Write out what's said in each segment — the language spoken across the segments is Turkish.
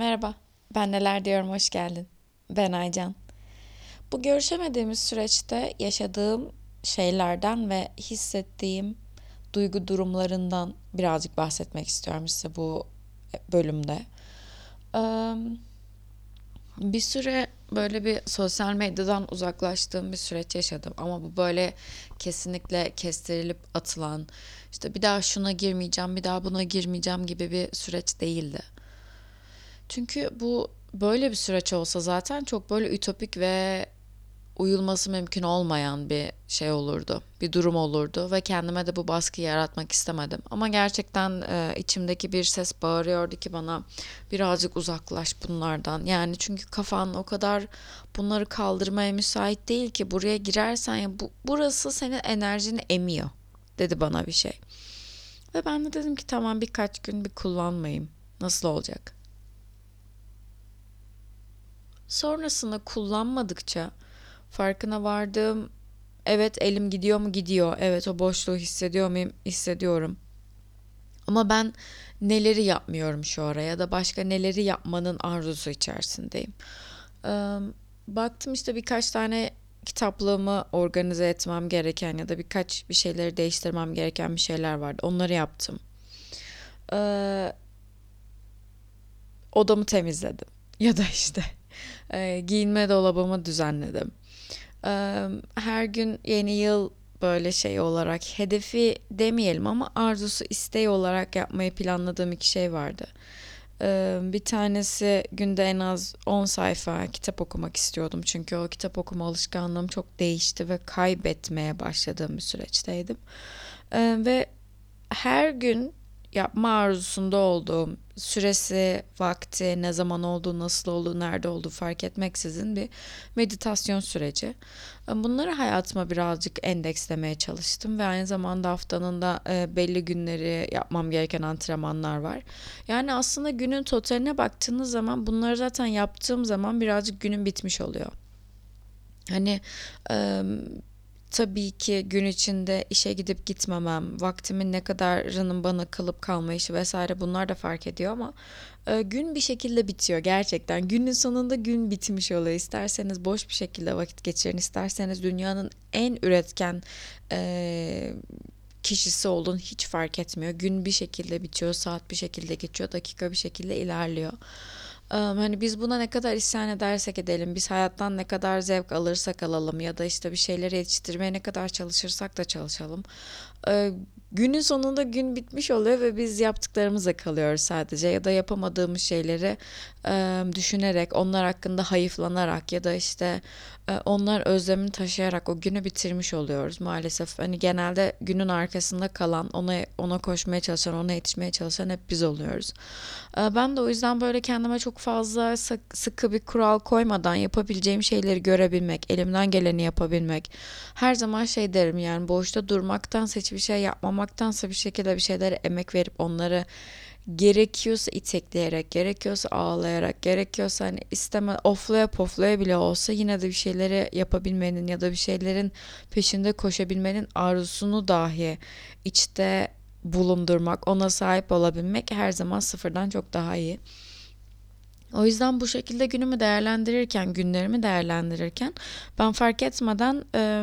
Merhaba, ben neler diyorum hoş geldin. Ben Aycan. Bu görüşemediğimiz süreçte yaşadığım şeylerden ve hissettiğim duygu durumlarından birazcık bahsetmek istiyorum size bu bölümde. Eee, Bir süre böyle bir sosyal medyadan uzaklaştığım bir süreç yaşadım. Ama bu böyle kesinlikle kestirilip atılan, işte bir daha şuna girmeyeceğim, bir daha buna girmeyeceğim gibi bir süreç değildi. Çünkü bu böyle bir süreç olsa zaten çok böyle ütopik ve uyulması mümkün olmayan bir şey olurdu. Bir durum olurdu ve kendime de bu baskıyı yaratmak istemedim. Ama gerçekten içimdeki bir ses bağırıyordu ki bana birazcık uzaklaş bunlardan. Yani çünkü kafan o kadar bunları kaldırmaya müsait değil ki buraya girersen ya burası senin enerjini emiyor dedi bana bir şey. Ve ben de dedim ki tamam birkaç gün bir kullanmayayım. Nasıl olacak? Sonrasında kullanmadıkça farkına vardığım evet elim gidiyor mu gidiyor. Evet o boşluğu hissediyor muyum? Hissediyorum. Ama ben neleri yapmıyorum şu ara ya da başka neleri yapmanın arzusu içerisindeyim. Ee, Baktım işte birkaç tane kitaplığımı organize etmem gereken ya da birkaç bir şeyleri değiştirmem gereken bir şeyler vardı. Onları yaptım. Ee, Odamı temizledim. Ya da işte giyinme dolabımı düzenledim. Her gün yeni yıl böyle şey olarak hedefi demeyelim ama arzusu isteği olarak yapmayı planladığım iki şey vardı. Bir tanesi günde en az 10 sayfa kitap okumak istiyordum. Çünkü o kitap okuma alışkanlığım çok değişti ve kaybetmeye başladığım bir süreçteydim. Ve her gün yapma arzusunda olduğum süresi, vakti, ne zaman olduğu, nasıl olduğu, nerede olduğu fark etmeksizin bir meditasyon süreci. Bunları hayatıma birazcık endekslemeye çalıştım ve aynı zamanda haftanın da belli günleri yapmam gereken antrenmanlar var. Yani aslında günün totaline baktığınız zaman bunları zaten yaptığım zaman birazcık günün bitmiş oluyor. Hani e, tabii ki gün içinde işe gidip gitmemem, vaktimin ne kadarının bana kalıp kalmayışı vesaire bunlar da fark ediyor ama gün bir şekilde bitiyor gerçekten. Günün sonunda gün bitmiş oluyor. İsterseniz boş bir şekilde vakit geçirin, isterseniz dünyanın en üretken e, kişisi olun hiç fark etmiyor. Gün bir şekilde bitiyor, saat bir şekilde geçiyor, dakika bir şekilde ilerliyor. Hani biz buna ne kadar isyan edersek edelim, biz hayattan ne kadar zevk alırsak alalım ya da işte bir şeyleri yetiştirmeye ne kadar çalışırsak da çalışalım. Ee, Günün sonunda gün bitmiş oluyor ve biz yaptıklarımızla kalıyoruz sadece ya da yapamadığımız şeyleri düşünerek, onlar hakkında hayıflanarak ya da işte onlar özlemini taşıyarak o günü bitirmiş oluyoruz maalesef. Hani genelde günün arkasında kalan, ona koşmaya çalışan, ona yetişmeye çalışan hep biz oluyoruz. Ben de o yüzden böyle kendime çok fazla sıkı bir kural koymadan yapabileceğim şeyleri görebilmek, elimden geleni yapabilmek. Her zaman şey derim yani boşta durmaktansa hiçbir şey yapmamaktansa bir şekilde bir şeylere emek verip onları gerekiyorsa itekleyerek, gerekiyorsa ağlayarak, gerekiyorsa hani isteme oflaya poflaya bile olsa yine de bir şeyleri yapabilmenin ya da bir şeylerin peşinde koşabilmenin arzusunu dahi içte bulundurmak, ona sahip olabilmek her zaman sıfırdan çok daha iyi. O yüzden bu şekilde günümü değerlendirirken, günlerimi değerlendirirken ben fark etmeden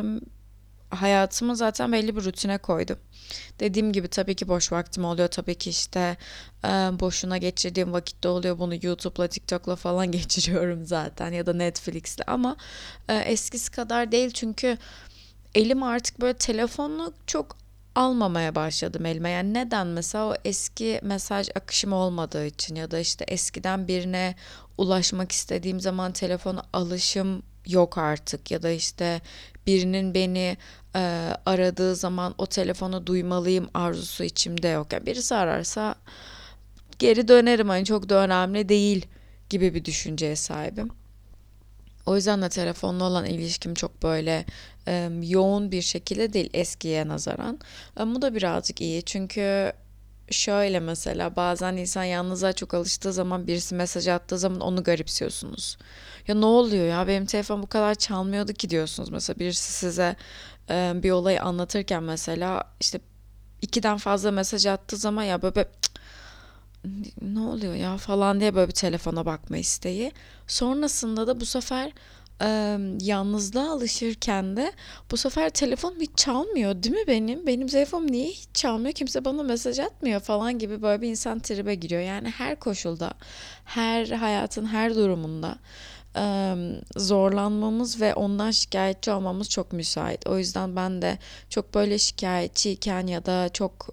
hayatımı zaten belli bir rutine koydum. Dediğim gibi tabii ki boş vaktim oluyor. Tabii ki işte boşuna geçirdiğim vakitte oluyor. Bunu YouTube'la, TikTok'la falan geçiriyorum zaten ya da Netflix'le ama eskisi kadar değil çünkü elim artık böyle telefonla çok almamaya başladım elime. Yani neden mesela o eski mesaj akışım olmadığı için ya da işte eskiden birine ulaşmak istediğim zaman telefona alışım yok artık ya da işte birinin beni aradığı zaman o telefonu duymalıyım arzusu içimde yok. Yani birisi ararsa geri dönerim hani çok da önemli değil gibi bir düşünceye sahibim. O yüzden de telefonla olan ilişkim çok böyle yoğun bir şekilde değil eskiye nazaran. Bu da birazcık iyi çünkü şöyle mesela bazen insan yalnızlığa çok alıştığı zaman birisi mesaj attığı zaman onu garipsiyorsunuz. Ya ne oluyor ya benim telefon bu kadar çalmıyordu ki diyorsunuz. Mesela birisi size bir olayı anlatırken mesela işte ikiden fazla mesaj attığı zaman ya böyle ne oluyor ya falan diye böyle bir telefona bakma isteği. Sonrasında da bu sefer yalnızlığa alışırken de bu sefer telefonum hiç çalmıyor değil mi benim? Benim telefonum niye hiç çalmıyor? Kimse bana mesaj atmıyor falan gibi böyle bir insan tribe giriyor. Yani her koşulda, her hayatın her durumunda zorlanmamız ve ondan şikayetçi olmamız çok müsait. O yüzden ben de çok böyle şikayetçiyken ya da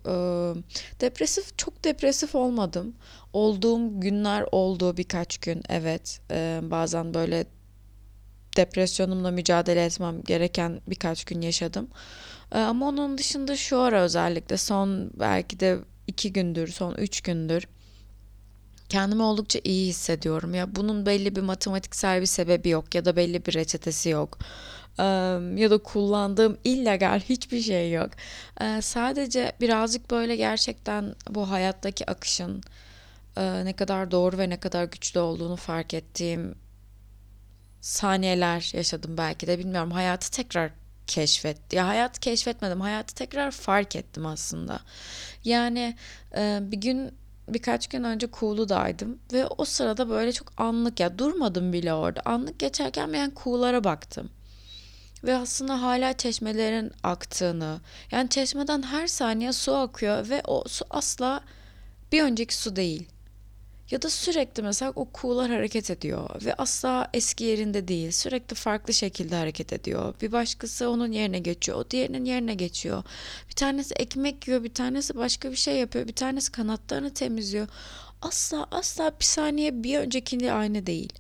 çok depresif olmadım. Olduğum günler oldu birkaç gün, evet. Bazen böyle depresyonumla mücadele etmem gereken birkaç gün yaşadım. Ama onun dışında şu ara özellikle son belki de 2 gündür, son 3 gündür kendimi oldukça iyi hissediyorum. Ya bunun belli bir matematiksel bir sebebi yok ya da belli bir reçetesi yok. Ya da kullandığım illegal hiçbir şey yok. Sadece birazcık böyle gerçekten bu hayattaki akışın ne kadar doğru ve ne kadar güçlü olduğunu fark ettiğim saniyeler yaşadım belki de, bilmiyorum. Hayatı tekrar ya hayatı keşfetmedim. Hayatı tekrar fark ettim aslında. Yani birkaç gün önce Kuğulu'daydım ve o sırada böyle çok anlık, ya durmadım bile orada. Anlık geçerken ben Kuğulara baktım. Ve aslında hala çeşmelerin aktığını, yani çeşmeden her saniye su akıyor ve o su asla bir önceki su değil. Ya da sürekli mesela o kuğular hareket ediyor ve asla eski yerinde değil. Sürekli farklı şekilde hareket ediyor. Bir başkası onun yerine geçiyor, o diğerinin yerine geçiyor. Bir tanesi ekmek yiyor, bir tanesi başka bir şey yapıyor, bir tanesi kanatlarını temizliyor. Asla bir saniye bir öncekiyle aynı değil.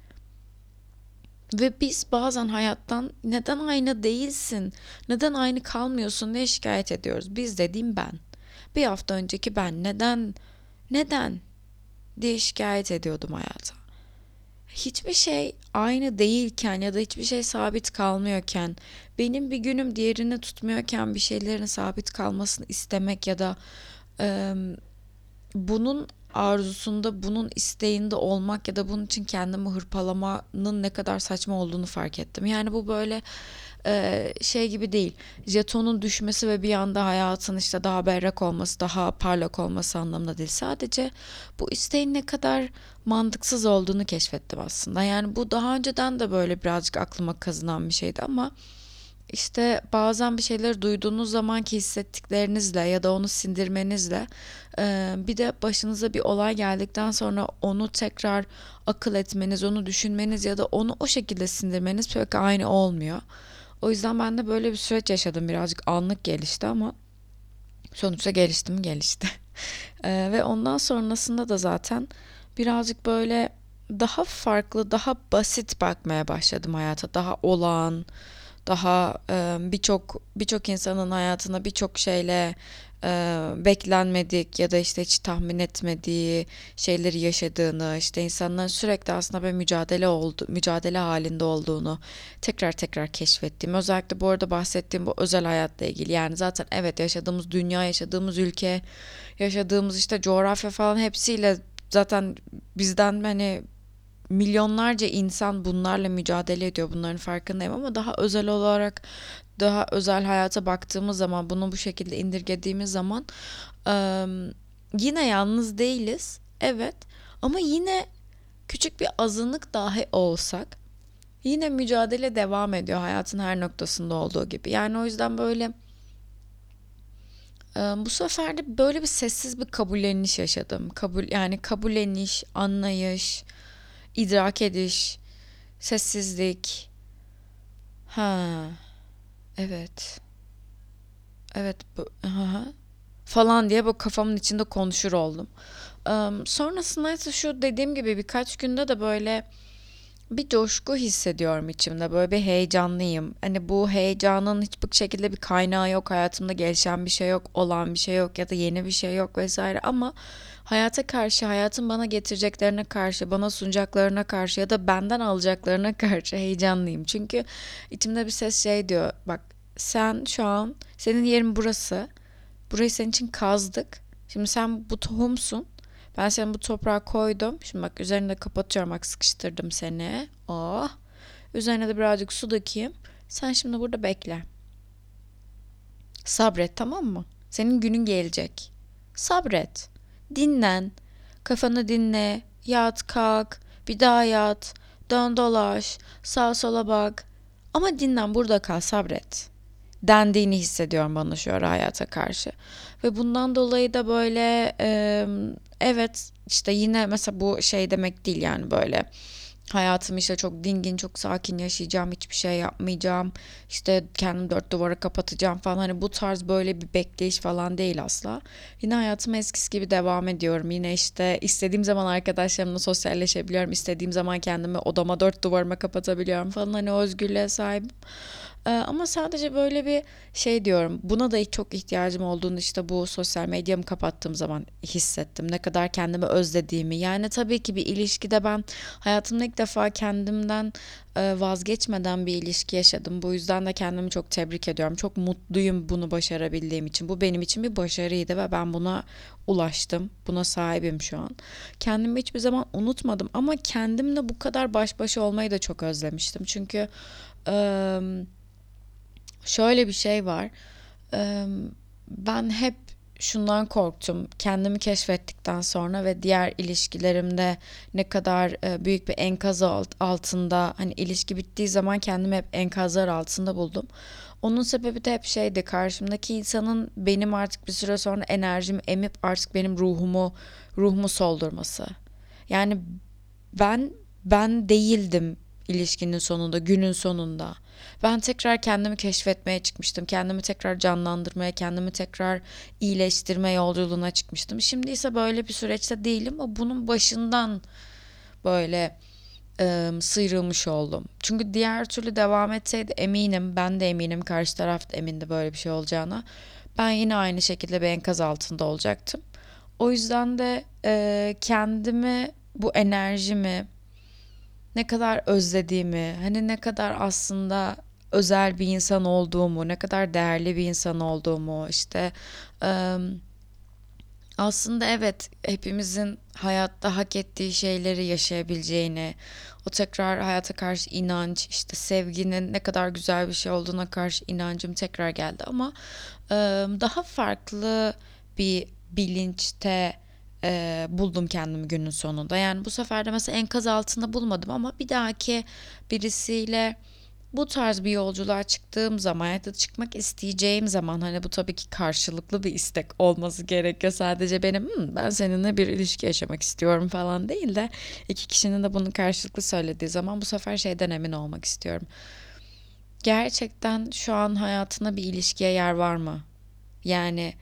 Ve biz bazen hayattan neden aynı değilsin, neden aynı kalmıyorsun diye şikayet ediyoruz. Biz dediğim ben. Bir hafta önceki ben neden diye şikayet ediyordum hayata. Hiçbir şey aynı değilken ya da hiçbir şey sabit kalmıyorken, benim bir günüm diğerini tutmuyorken bir şeylerin sabit kalmasını istemek ya da e, bunun arzusunda, bunun isteğinde olmak ya da bunun için kendimi hırpalamanın ne kadar saçma olduğunu fark ettim. Yani bu böyle şey gibi değil. Jetonun düşmesi ve bir anda hayatın işte daha berrak olması, daha parlak olması anlamında değil. Sadece bu isteğin ne kadar mantıksız olduğunu keşfettim aslında. Yani bu daha önceden de böyle birazcık aklıma kazınan bir şeydi ama işte bazen bir şeyleri duyduğunuz zamanki hissettiklerinizle ya da onu sindirmenizle bir de başınıza bir olay geldikten sonra onu tekrar akıl etmeniz, onu düşünmeniz ya da onu o şekilde sindirmeniz pek aynı olmuyor. O yüzden ben de böyle bir süreç yaşadım. Birazcık anlık gelişti ama sonuçta gelişti mi gelişti. Ve ondan sonrasında da zaten birazcık böyle daha farklı, daha basit bakmaya başladım hayata. Daha olağan, daha birçok insanın hayatına birçok şeyle beklenmedik ya da işte hiç tahmin etmediği şeyleri yaşadığını, işte insanların sürekli aslında bir mücadele halinde olduğunu tekrar tekrar keşfettiğim. Özellikle bu arada bahsettiğim bu özel hayatla ilgili. Yani zaten evet, yaşadığımız dünya, yaşadığımız ülke, yaşadığımız işte coğrafya falan hepsiyle zaten bizden hani milyonlarca insan bunlarla mücadele ediyor. Bunların farkındayım ama daha özel olarak, daha özel hayata baktığımız zaman, bunu bu şekilde indirgediğimiz zaman yine yalnız değiliz. Evet, ama yine küçük bir azınlık dahi olsak yine mücadele devam ediyor hayatın her noktasında olduğu gibi. Yani o yüzden böyle bu sefer de böyle bir sessiz bir kabulleniş yaşadım. Yani kabulleniş, anlayış, idrak ediş, sessizlik. Ha, evet. Evet, aha, falan diye bu kafamın içinde konuşur oldum. Sonrasında ise şu dediğim gibi birkaç günde de böyle bir coşku hissediyorum içimde. Böyle bir heyecanlıyım. Hani bu heyecanın hiçbir şekilde bir kaynağı yok. Hayatımda gelişen bir şey yok, olan bir şey yok ya da yeni bir şey yok vesaire. Ama hayata karşı, hayatın bana getireceklerine karşı, bana sunacaklarına karşı ya da benden alacaklarına karşı heyecanlıyım. Çünkü içimde bir ses şey diyor. Bak, sen şu an, senin yerin burası. Burayı senin için kazdık. Şimdi sen bu tohumsun. Ben seni bu toprağa koydum. Şimdi bak, üzerine de kapatıyorum. Bak, sıkıştırdım seni. Oh. Üzerine de birazcık su dökeyim. Sen şimdi burada bekle. Sabret, tamam mı? Senin günün gelecek. Sabret. Dinlen. Kafanı dinle, yat kalk, bir daha yat, dön dolaş, sağa sola bak. Ama dinlen, burada kal, sabret dendiğini hissediyorum bana şu ara hayata karşı. Ve bundan dolayı da böyle evet işte yine mesela bu şey demek değil yani böyle hayatımı işte çok dingin, çok sakin yaşayacağım, hiçbir şey yapmayacağım, işte kendimi dört duvara kapatacağım falan. Hani bu tarz böyle bir bekleyiş falan değil asla. Yine hayatıma eskisi gibi devam ediyorum. Yine işte istediğim zaman arkadaşlarımla sosyalleşebiliyorum. İstediğim zaman kendimi odama dört duvarıma kapatabiliyorum falan. Hani o özgürlüğe sahibim. Ama sadece böyle bir şey diyorum. Buna da çok ihtiyacım olduğunu işte bu sosyal medyamı kapattığım zaman hissettim. Ne kadar kendimi özlediğimi. Yani tabii ki bir ilişkide ben hayatımda ilk defa kendimden vazgeçmeden bir ilişki yaşadım. Bu yüzden de kendimi çok tebrik ediyorum. Çok mutluyum bunu başarabildiğim için. Bu benim için bir başarıydı ve ben buna ulaştım. Buna sahibim şu an. Kendimi hiçbir zaman unutmadım ama kendimle bu kadar baş başa olmayı da çok özlemiştim. Çünkü şöyle bir şey var. Eee, Ben hep şundan korktum. Kendimi keşfettikten sonra ve diğer ilişkilerimde ne kadar büyük bir enkaz altında, hani ilişki bittiği zaman kendimi hep enkazlar altında buldum. Onun sebebi de hep şeydi, karşımdaki insanın benim artık bir süre sonra enerjimi emip artık benim ruhumu soldurması. Yani ben ben değildim ilişkinin sonunda, günün sonunda. Ben tekrar kendimi keşfetmeye çıkmıştım. Kendimi tekrar canlandırmaya, kendimi tekrar iyileştirme yolculuğuna çıkmıştım. Şimdi ise böyle bir süreçte değilim ama bunun başından böyle sıyrılmış oldum. Çünkü diğer türlü devam etseydi eminim, ben de eminim, karşı taraf da emindi böyle bir şey olacağına. Ben yine aynı şekilde bir enkaz altında olacaktım. O yüzden de kendimi, bu enerjimi, ne kadar özlediğimi, hani ne kadar aslında özel bir insan olduğumu, ne kadar değerli bir insan olduğumu, işte aslında evet hepimizin hayatta hak ettiği şeyleri yaşayabileceğini, o tekrar hayata karşı inanç, işte sevginin ne kadar güzel bir şey olduğuna karşı inancım tekrar geldi ama daha farklı bir bilinçte buldum kendimi günün sonunda. Yani bu sefer de mesela enkaz altında bulmadım ama bir dahaki birisiyle bu tarz bir yolculuğa çıktığım zaman ya da çıkmak isteyeceğim zaman, hani bu tabii ki karşılıklı bir istek olması gerekiyor. Sadece benim ben seninle bir ilişki yaşamak istiyorum" falan değil de iki kişinin de bunu karşılıklı söylediği zaman bu sefer şeyden emin olmak istiyorum. Gerçekten şu an hayatında bir ilişkiye yer var mı? Yani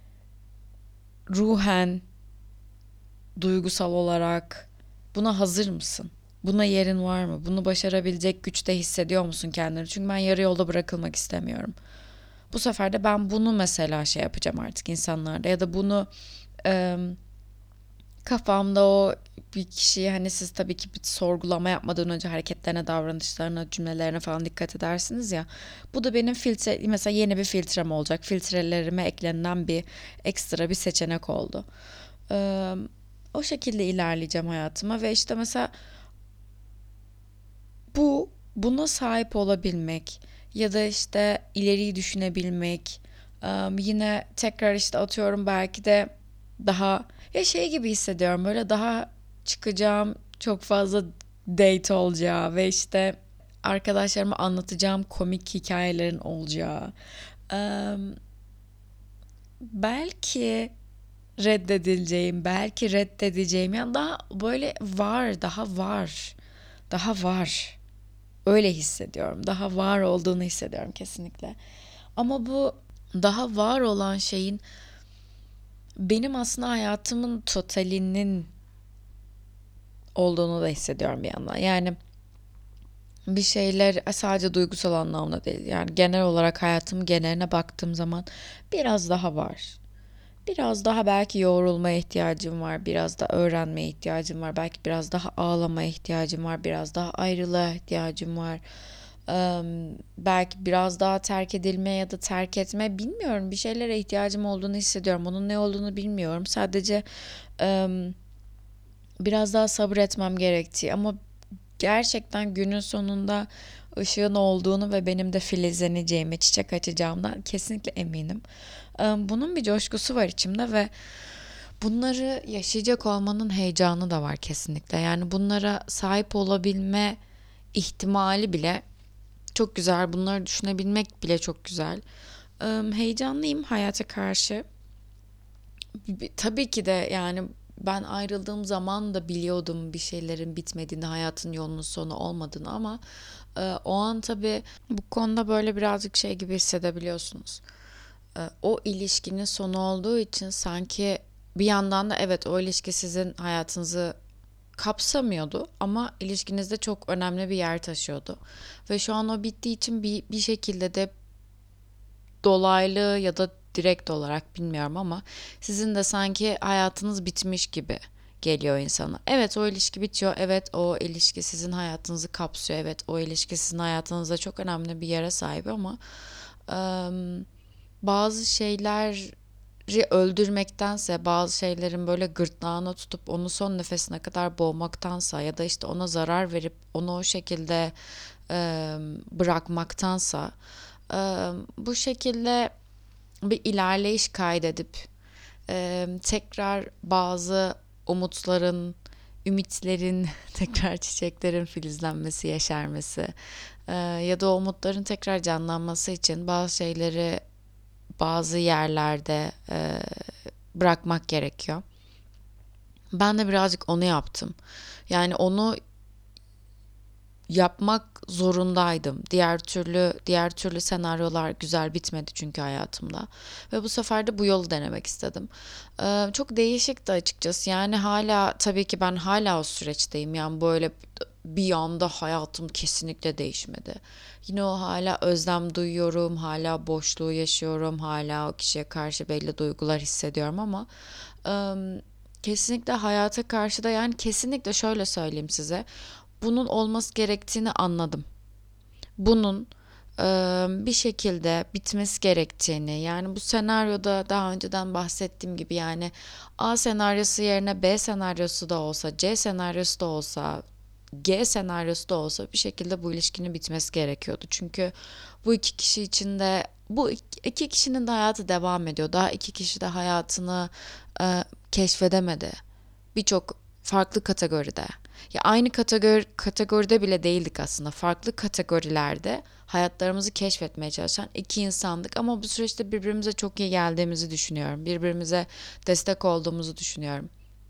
ruhen, duygusal olarak buna hazır mısın? Buna yerin var mı? Bunu başarabilecek güçte hissediyor musun kendini? Çünkü ben yarı yolda bırakılmak istemiyorum. Bu sefer de ben bunu mesela şey yapacağım artık insanlarda, ya da bunu e, kafamda o bir kişiyi, hani siz tabii ki bir sorgulama yapmadan önce hareketlerine, davranışlarına, cümlelerine falan dikkat edersiniz ya. Bu da benim filtre, mesela yeni bir filtrem olacak. Filtrelerime eklenen bir ekstra bir seçenek oldu. Ee, O şekilde ilerleyeceğim hayatıma ve işte mesela buna sahip olabilmek ya da işte ileriyi düşünebilmek, yine tekrar işte atıyorum belki de daha ya şey gibi hissediyorum, böyle daha çıkacağım, çok fazla date olacağı ve işte arkadaşlarıma anlatacağım komik hikayelerin olacağı. Em, Belki reddedileceğim, belki reddedeceğim. Yani daha böyle var, daha var, daha var. Öyle hissediyorum. Daha var olduğunu hissediyorum kesinlikle. Ama bu daha var olan şeyin benim aslında hayatımın totalinin olduğunu da hissediyorum bir yandan. Yani bir şeyler sadece duygusal anlamda değil. Yani genel olarak hayatımın geneline baktığım zaman biraz daha var. Biraz daha belki yoğrulmaya ihtiyacım var. Biraz da öğrenmeye ihtiyacım var. Belki biraz daha ağlamaya ihtiyacım var. Biraz daha ayrılığa ihtiyacım var. Belki biraz daha terk edilmeye ya da terk etme, bilmiyorum. Bir şeylere ihtiyacım olduğunu hissediyorum. Onun ne olduğunu bilmiyorum. Sadece biraz daha sabır etmem gerektiği ama gerçekten günün sonunda ışığın olduğunu ve benim de filizleneceğime, çiçek açacağımdan kesinlikle eminim. Bunun bir coşkusu var içimde ve Bunları yaşayacak olmanın heyecanı da var kesinlikle. Yani bunlara sahip olabilme ihtimali bile çok güzel. Bunları düşünebilmek bile çok güzel. Heyecanlıyım hayata karşı. Tabii ki de yani ben ayrıldığım zaman da biliyordum bir şeylerin bitmediğini, hayatın yolunun sonu olmadığını ama o an tabii bu konuda böyle birazcık şey gibi hissedebiliyorsunuz. O ilişkinin sonu olduğu için sanki bir yandan da evet o ilişki sizin hayatınızı kapsamıyordu ama ilişkinizde çok önemli bir yer taşıyordu. Ve şu an o bittiği için bir şekilde de dolaylı ya da direkt olarak bilmiyorum ama sizin de sanki hayatınız bitmiş gibi geliyor insana. Evet o ilişki bitiyor. Evet o ilişki sizin hayatınızı kapsıyor. Evet o ilişki sizin hayatınızda çok önemli bir yere sahip ama bazı şeyleri öldürmektense bazı şeylerin böyle gırtlağına tutup onu son nefesine kadar boğmaktansa ya da işte ona zarar verip onu o şekilde bırakmaktansa bu şekilde bir ilerleyiş kaydedip tekrar bazı umutların, ümitlerin, tekrar çiçeklerin filizlenmesi, yeşermesi ya da o umutların tekrar canlanması için bazı şeyleri bazı yerlerde bırakmak gerekiyor. Ben de birazcık onu yaptım. Yani onu yapmak zorundaydım. Diğer türlü senaryolar güzel bitmedi çünkü hayatımda. Ve bu sefer de bu yolu denemek istedim. Çok değişikti açıkçası. Yani hala tabii ki ben hala o süreçteyim. Yani böyle bir anda hayatım kesinlikle değişmedi. Yine o hala özlem duyuyorum, hala boşluğu yaşıyorum, hala o kişiye karşı belli duygular hissediyorum ama kesinlikle hayata karşı da yani kesinlikle şöyle söyleyeyim size. Bunun olması gerektiğini anladım. Bunun bir şekilde bitmesi gerektiğini yani bu senaryoda daha önceden bahsettiğim gibi yani A senaryosu yerine B senaryosu da olsa C senaryosu da olsa G senaryosu da olsa bir şekilde bu ilişkinin bitmesi gerekiyordu. Çünkü bu iki kişi için de bu iki kişinin de hayatı devam ediyor. Daha iki kişi de hayatını keşfedemedi. Birçok farklı kategoride. Ya aynı kategoride bile değildik aslında. Farklı kategorilerde hayatlarımızı keşfetmeye çalışan iki insandık ama bu süreçte birbirimize çok iyi geldiğimizi düşünüyorum. Birbirimize destek olduğumuzu düşünüyorum.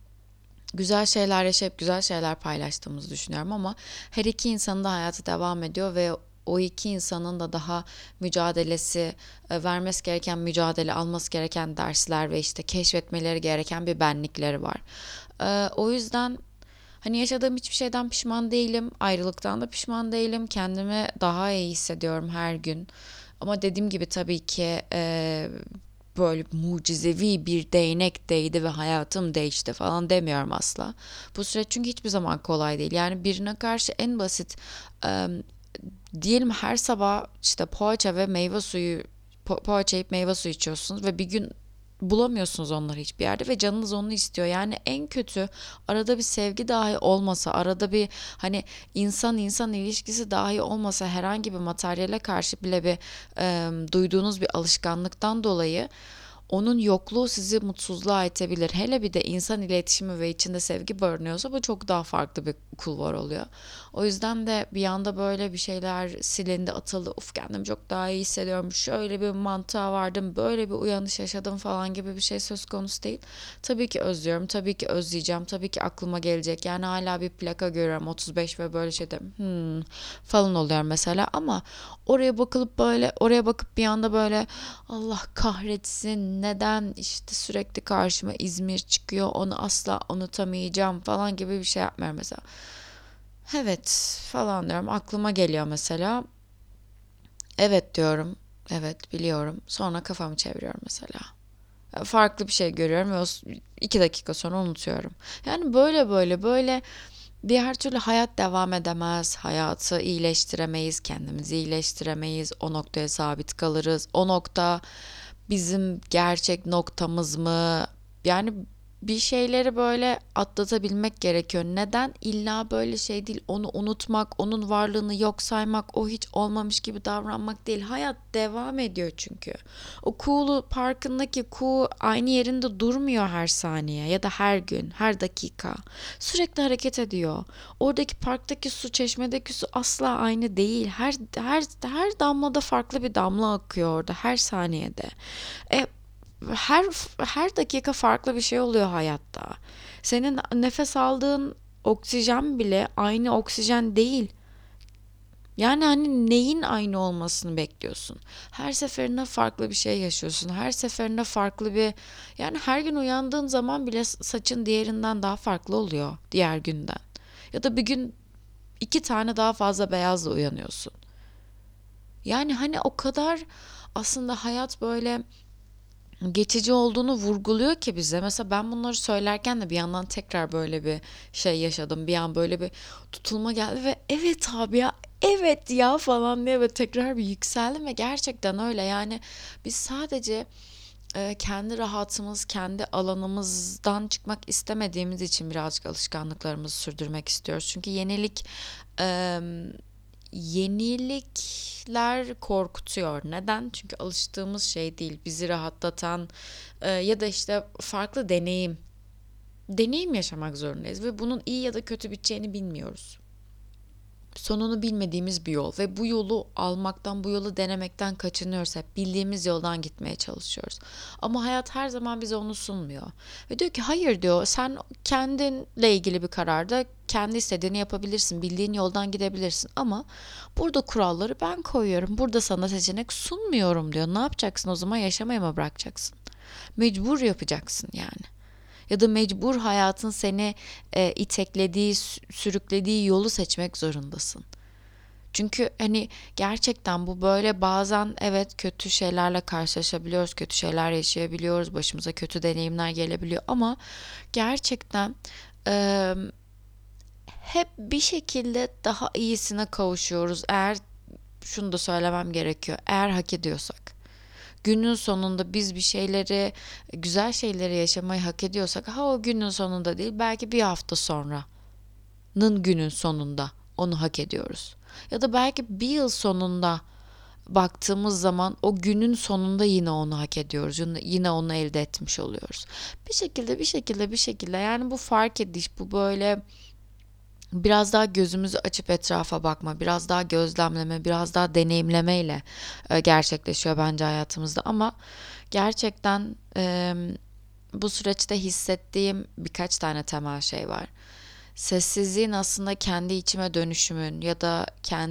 Güzel şeyler yaşayıp güzel şeyler paylaştığımızı düşünüyorum ama her iki insanın da hayatı devam ediyor ve o iki insanın da daha mücadelesi, vermesi gereken mücadele, alması gereken dersler ve işte keşfetmeleri gereken bir benlikleri var. O yüzden hani yaşadığım hiçbir şeyden pişman değilim, ayrılıktan da pişman değilim. Kendimi daha iyi hissediyorum her gün. Ama dediğim gibi tabii ki böyle mucizevi bir değnek değdi ve hayatım değişti falan demiyorum asla. Bu süreç çünkü hiçbir zaman kolay değil. Yani birine karşı en basit e, diyelim her sabah işte poğaça ve meyve suyu poğaça yiyip meyve suyu içiyorsunuz ve bir gün bulamıyorsunuz onları hiçbir yerde ve canınız onu istiyor. Yani en kötü arada bir sevgi dahi olmasa, arada bir hani insan insan ilişkisi dahi olmasa herhangi bir materyale karşı bile bir duyduğunuz bir alışkanlıktan dolayı onun yokluğu sizi mutsuzluğa itebilir. Hele bir de insan iletişimi ve içinde sevgi barınıyorsa bu çok daha farklı bir kulvar oluyor. O yüzden de bir anda böyle bir şeyler silindi, atıldı. Uf kendimi çok daha iyi hissediyorum. Şöyle bir mantığa vardım, böyle bir uyanış yaşadım falan gibi bir şey söz konusu değil. Tabii ki özlüyorum, tabii ki özleyeceğim, tabii ki aklıma gelecek. Yani hala bir plaka görüyorum 35 ve böyle şeyde falan oluyor mesela ama oraya bakıp bir anda böyle Allah kahretsin neden işte sürekli karşıma İzmir çıkıyor onu asla unutamayacağım falan gibi bir şey yapmıyorum mesela. Evet falan diyorum aklıma geliyor mesela. Evet diyorum. Evet biliyorum. Sonra kafamı çeviriyorum mesela. Farklı bir şey görüyorum ve 2 dakika sonra unutuyorum. Yani böyle diğer türlü hayat devam edemez. Hayatı iyileştiremeyiz, kendimizi iyileştiremeyiz. O noktaya sabit kalırız. O nokta bizim gerçek noktamız mı? Yani bir şeyleri böyle atlatabilmek gerekiyor. Neden? İlla böyle şey değil. Onu unutmak, onun varlığını yok saymak, o hiç olmamış gibi davranmak değil. Hayat devam ediyor çünkü. O kuğulu parkındaki kuğu aynı yerinde durmuyor her saniye ya da her gün, her dakika. Sürekli hareket ediyor. Oradaki parktaki su, çeşmedeki su asla aynı değil. Her damlada farklı bir damla akıyor orada her saniyede. E, her her dakika farklı bir şey oluyor hayatta. Senin nefes aldığın oksijen bile aynı oksijen değil. Yani hani neyin aynı olmasını bekliyorsun? Her seferinde farklı bir şey yaşıyorsun. Her seferinde farklı bir, yani her gün uyandığın zaman bile saçın diğerinden daha farklı oluyor diğer günden. Ya da bir gün iki tane daha fazla beyazla uyanıyorsun. Yani hani o kadar aslında hayat böyle geçici olduğunu vurguluyor ki bize. Mesela ben bunları söylerken de bir yandan tekrar böyle bir şey yaşadım. Bir an böyle bir tutulma geldi ve evet abi ya, evet ya falan diye ve tekrar bir yükseldim ve gerçekten öyle. Yani biz sadece kendi rahatımız, kendi alanımızdan çıkmak istemediğimiz için birazcık alışkanlıklarımızı sürdürmek istiyoruz. Çünkü e, yenilikler korkutuyor. Neden? Çünkü alıştığımız şey değil. Bizi rahatlatan ya da işte farklı deneyim yaşamak zorundayız ve bunun iyi ya da kötü biteceğini bilmiyoruz. Sonunu bilmediğimiz bir yol ve bu yolu almaktan, bu yolu denemekten kaçınıyoruz. Hep bildiğimiz yoldan gitmeye çalışıyoruz. Ama hayat her zaman bize onu sunmuyor. Ve diyor ki hayır diyor, sen kendinle ilgili bir kararda kendi istediğini yapabilirsin. Bildiğin yoldan gidebilirsin ama burada kuralları ben koyuyorum. Burada sana seçenek sunmuyorum diyor. Ne yapacaksın o zaman, yaşamaya mı bırakacaksın? Mecbur yapacaksın yani. Ya da mecbur hayatın seni iteklediği, sürüklediği yolu seçmek zorundasın. Çünkü hani gerçekten bu böyle bazen evet kötü şeylerle karşılaşabiliyoruz, kötü şeyler yaşayabiliyoruz, başımıza kötü deneyimler gelebiliyor ama gerçekten e, hep bir şekilde daha iyisine kavuşuyoruz. Eğer şunu da söylemem gerekiyor, eğer hak ediyorsak. Günün sonunda biz bir şeyleri, güzel şeyleri yaşamayı hak ediyorsak, ha o günün sonunda değil, belki bir hafta sonranın günün sonunda onu hak ediyoruz. Ya da belki bir yıl sonunda baktığımız zaman o günün sonunda yine onu hak ediyoruz. Yine onu elde etmiş oluyoruz. Bir şekilde yani bu fark ediş, bu böyle biraz daha gözümüzü açıp etrafa bakma, biraz daha gözlemleme, biraz daha deneyimlemeyle gerçekleşiyor bence hayatımızda. Ama gerçekten bu süreçte hissettiğim birkaç tane temel şey var. Sessizliğin aslında kendi içime dönüşümün ya da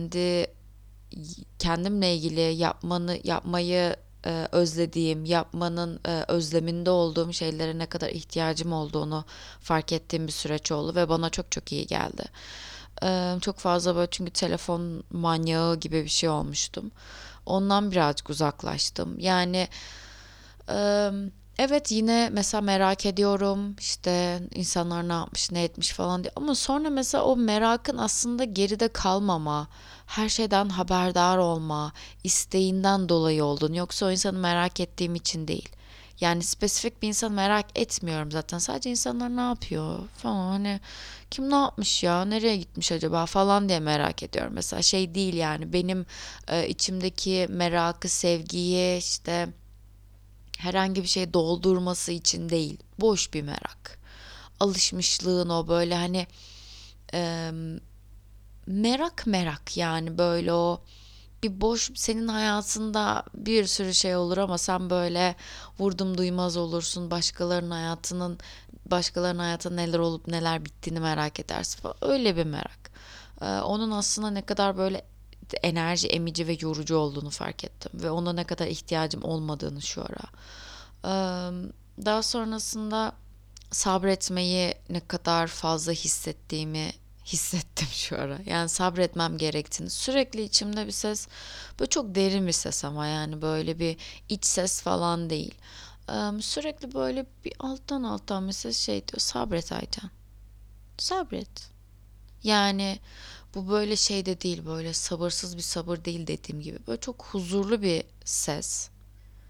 kendimle ilgili yapmayı özlediğim, yapmanın özleminde olduğum şeylere ne kadar ihtiyacım olduğunu fark ettiğim bir süreç oldu ve bana çok çok iyi geldi. Çok fazla böyle, çünkü telefon manyağı gibi bir şey olmuştum. Ondan birazcık uzaklaştım. Yani Eee, evet, yine mesela merak ediyorum işte insanlar ne yapmış ne etmiş falan diye, ama sonra mesela o merakın aslında geride kalmama, her şeyden haberdar olma isteğinden dolayı olduğunu, yoksa o insanı merak ettiğim için değil. Yani spesifik bir insan merak etmiyorum zaten, sadece insanlar ne yapıyor falan, hani kim ne yapmış ya, nereye gitmiş acaba falan diye merak ediyorum. Mesela şey değil, yani benim içimdeki merakı, sevgiyi işte herhangi bir şey doldurması için değil. Boş bir merak. Alışmışlığın o böyle hani e, merak yani, böyle o bir boş, senin hayatında bir sürü şey olur ama sen böyle vurdum duymaz olursun. Başkalarının hayatında neler olup neler bittiğini merak edersin falan. Öyle bir merak. Onun aslında ne kadar böyle enerji emici ve yorucu olduğunu fark ettim ve ona ne kadar ihtiyacım olmadığını şu ara. Daha sonrasında sabretmeyi ne kadar fazla hissettiğimi hissettim şu ara. Yani sabretmem gerektiğini. Sürekli içimde bir ses, böyle çok derin bir ses ama yani böyle bir iç ses falan değil. Sürekli böyle bir alttan bir ses şey diyor. Sabret Aycan. Sabret. Yani bu böyle şey de değil, böyle sabırsız bir sabır değil dediğim gibi. Böyle çok huzurlu bir ses.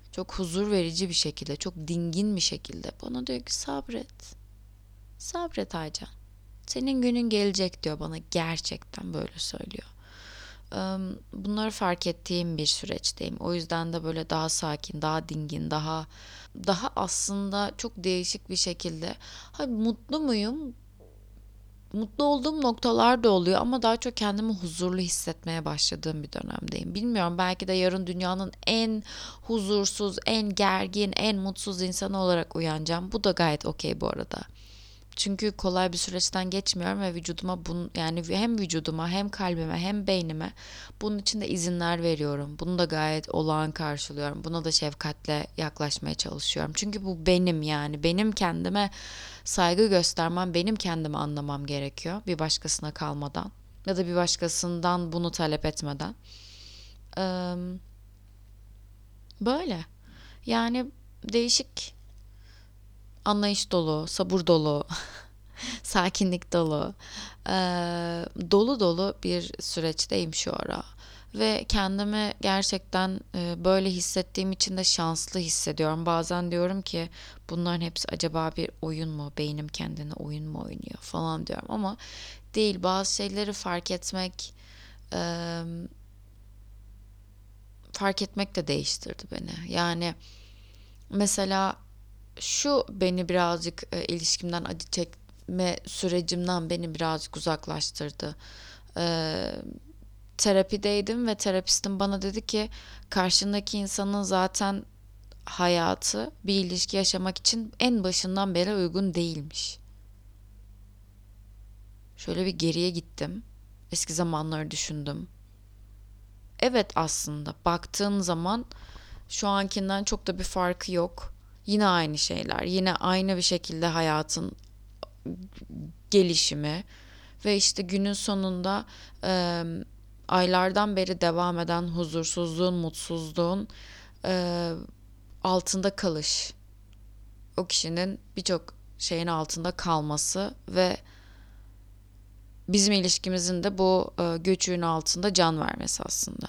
çok huzur verici bir şekilde, çok dingin bir şekilde bana diyor ki sabret. Sabret Aycan. Senin günün gelecek diyor bana, gerçekten böyle söylüyor. Bunları fark ettiğim bir süreçteyim. O yüzden de böyle daha sakin, daha dingin, daha aslında çok değişik bir şekilde. Mutlu muyum? Mutlu olduğum noktalar da oluyor ama daha çok kendimi huzurlu hissetmeye başladığım bir dönemdeyim. Bilmiyorum, belki de yarın dünyanın en huzursuz, en gergin, en mutsuz insanı olarak uyanacağım. Bu da gayet okey bu arada. Çünkü kolay bir süreçten geçmiyorum ve vücuduma yani hem vücuduma hem kalbime hem beynime bunun için de izinler veriyorum. Bunu da gayet olağan karşılıyorum. Buna da şefkatle yaklaşmaya çalışıyorum. Çünkü bu benim, yani benim kendime saygı göstermem, benim kendimi anlamam gerekiyor bir başkasına kalmadan ya da bir başkasından bunu talep etmeden. Ee, Böyle. Yani değişik, anlayış dolu, sabır dolu, sakinlik dolu, dolu dolu bir süreçteyim şu ara. Ve kendimi gerçekten böyle hissettiğim için de şanslı hissediyorum. Bazen diyorum ki bunların hepsi acaba bir oyun mu? Beynim kendine oyun mu oynuyor falan diyorum. Ama değil, bazı şeyleri fark etmek de değiştirdi beni. Yani mesela şu beni birazcık ilişkimden, acı çekme sürecimden beni birazcık uzaklaştırdı. E, Terapideydim ve terapistim bana dedi ki karşındaki insanın zaten hayatı bir ilişki yaşamak için en başından beri uygun değilmiş. Şöyle bir geriye gittim. Eski zamanları düşündüm. Evet, aslında baktığın zaman şu ankinden çok da bir farkı yok. Yine aynı şeyler, yine aynı bir şekilde hayatın gelişimi ve işte günün sonunda e, aylardan beri devam eden huzursuzluğun, mutsuzluğun e, altında kalış. O kişinin birçok şeyin altında kalması ve bizim ilişkimizin de bu göçüğün altında can vermesi aslında.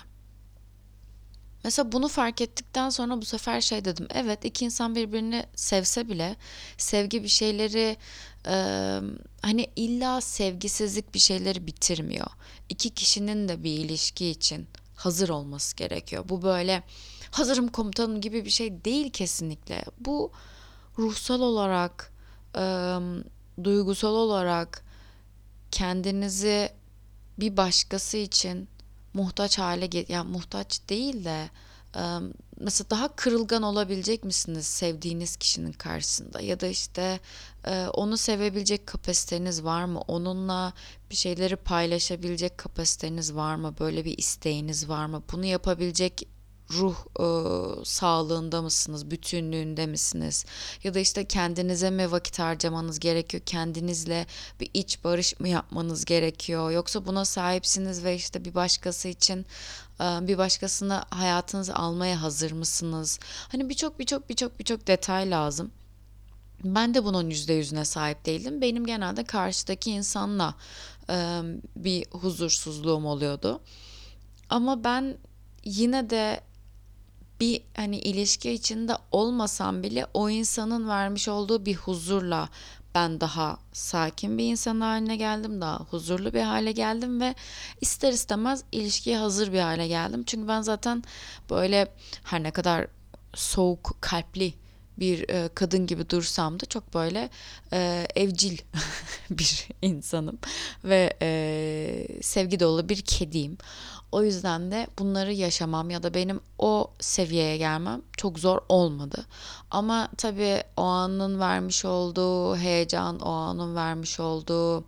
Mesela bunu fark ettikten sonra bu sefer şey dedim. Evet, iki insan birbirini sevse bile sevgi bir şeyleri e, hani illa sevgisizlik bir şeyleri bitirmiyor. İki kişinin de bir ilişki için hazır olması gerekiyor. Bu böyle hazırım komutanım gibi bir şey değil kesinlikle. Bu ruhsal olarak, e, duygusal olarak kendinizi bir başkası için muhtaç hale yani muhtaç değil de mesela daha kırılgan olabilecek misiniz sevdiğiniz kişinin karşısında, ya da işte onu sevebilecek kapasiteniz var mı? Onunla bir şeyleri paylaşabilecek kapasiteniz var mı? Böyle bir isteğiniz var mı? Bunu yapabilecek ruh sağlığında mısınız, bütünlüğünde misiniz? Ya da işte kendinize mi vakit harcamanız gerekiyor? Kendinizle bir iç barış mı yapmanız gerekiyor? Yoksa buna sahipsiniz ve işte bir başkası için bir başkasını hayatınıza almaya hazır mısınız? Hani birçok detay lazım. Ben de bunun %100'üne sahip değildim. Benim genelde karşıdaki insanla bir huzursuzluğum oluyordu. Ama ben yine de bir hani ilişki içinde olmasam bile o insanın vermiş olduğu bir huzurla ben daha sakin bir insan haline geldim, daha huzurlu bir hale geldim ve ister istemez ilişkiye hazır bir hale geldim. Çünkü ben zaten böyle her ne kadar soğuk kalpli bir kadın gibi dursam da çok böyle evcil bir insanım ve sevgi dolu bir kediyim. O yüzden de bunları yaşamam ya da benim o seviyeye gelmem çok zor olmadı. Ama tabii o anın vermiş olduğu heyecan, o anın vermiş olduğu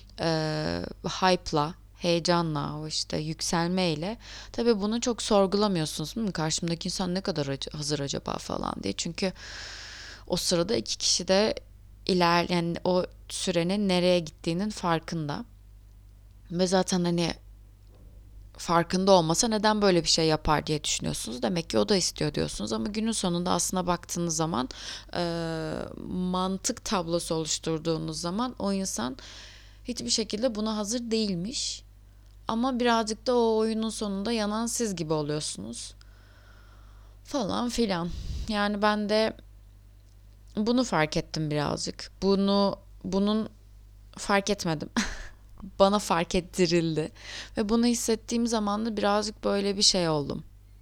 hype'la, heyecanla, o işte yükselmeyle tabii bunu çok sorgulamıyorsunuz. Karşımdaki insan ne kadar hazır acaba falan diye. Çünkü o sırada iki kişi de yani o sürenin nereye gittiğinin farkında. Ve zaten hani farkında olmasa neden böyle bir şey yapar diye düşünüyorsunuz. Demek ki o da istiyor diyorsunuz ama günün sonunda aslında baktığınız zaman mantık tablosu oluşturduğunuz zaman o insan hiçbir şekilde buna hazır değilmiş. Ama birazcık da o oyunun sonunda yanan siz gibi oluyorsunuz. falan filan. Yani ben de bunu fark ettim birazcık. Bunun fark etmedim. Bana fark ettirildi. Ve bunu hissettiğim zaman da birazcık böyle bir şey oldum.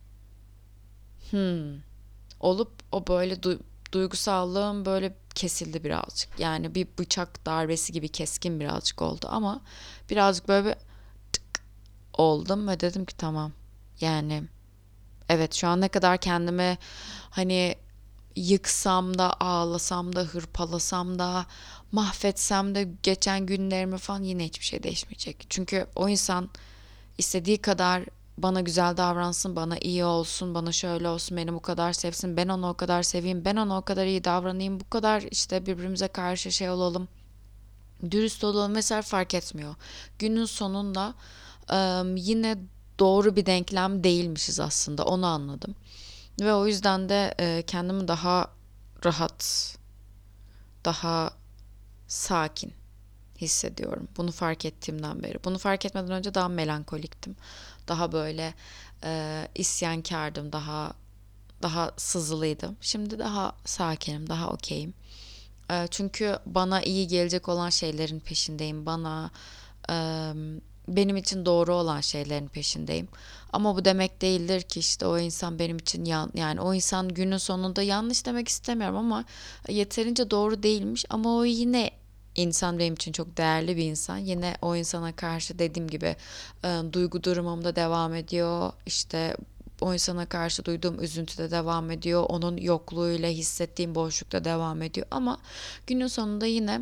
Hmm. Olup o böyle duygusallığım böyle kesildi birazcık. Yani bir bıçak darbesi gibi keskin birazcık oldu ama birazcık böyle bir oldum ve dedim ki tamam. Yani evet, şu an ne kadar kendimi hani yıksam da, ağlasam da, hırpalasam da, mahvetsem de geçen günlerimi falan, yine hiçbir şey değişmeyecek. Çünkü o insan istediği kadar bana güzel davransın, bana iyi olsun, bana şöyle olsun, beni bu kadar sevsin, ben onu o kadar seveyim, ben ona o kadar iyi davranayım, bu kadar işte birbirimize karşı şey olalım, dürüst olalım vesaire, fark etmiyor. Günün sonunda yine doğru bir denklem değilmişiz aslında, onu anladım. Ve o yüzden de kendimi daha rahat, daha sakin hissediyorum. Bunu fark ettiğimden beri. Bunu fark etmeden önce daha melankoliktim. Daha böyle isyankardım, daha sızılıydım. Şimdi daha sakinim, daha okeyim. Çünkü bana iyi gelecek olan şeylerin peşindeyim. E, Benim için doğru olan şeylerin peşindeyim. Ama bu demek değildir ki işte o insan benim için yani o insan günün sonunda, yanlış demek istemiyorum ama yeterince doğru değilmiş, ama o yine insan, benim için çok değerli bir insan. Yine o insana karşı dediğim gibi duygu durumum da devam ediyor. İşte o insana karşı duyduğum üzüntü de devam ediyor. Onun yokluğuyla hissettiğim boşluk da devam ediyor. Ama günün sonunda yine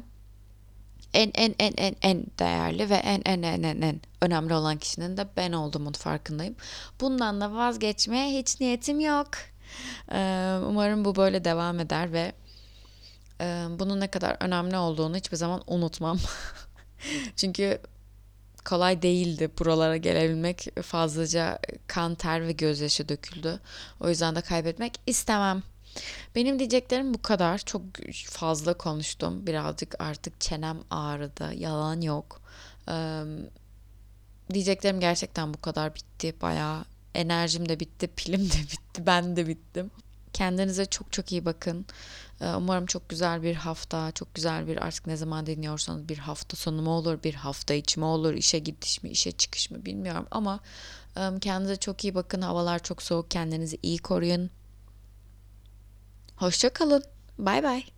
en değerli ve en önemli olan kişinin de ben olduğumun farkındayım. Bundan da vazgeçmeye hiç niyetim yok. Umarım bu böyle devam eder ve bunun ne kadar önemli olduğunu hiçbir zaman unutmam. Çünkü kolay değildi buralara gelebilmek. Fazlaca kan, ter ve gözyaşı döküldü. O yüzden de kaybetmek istemem. Benim diyeceklerim bu kadar. Çok fazla konuştum. Birazcık artık çenem ağrıdı. Yalan yok. Ee, Diyeceklerim gerçekten bu kadar, bitti. Bayağı enerjim de bitti, pilim de bitti, ben de bittim. Kendinize çok çok iyi bakın. Umarım çok güzel bir hafta, çok güzel bir, artık ne zaman dinliyorsanız, bir hafta sonu mu olur, bir hafta içi mi olur, işe gidiş mi, işe çıkış mı bilmiyorum ama kendinize çok iyi bakın. Havalar çok soğuk, kendinizi iyi koruyun. Hoşça kalın. Bay bay.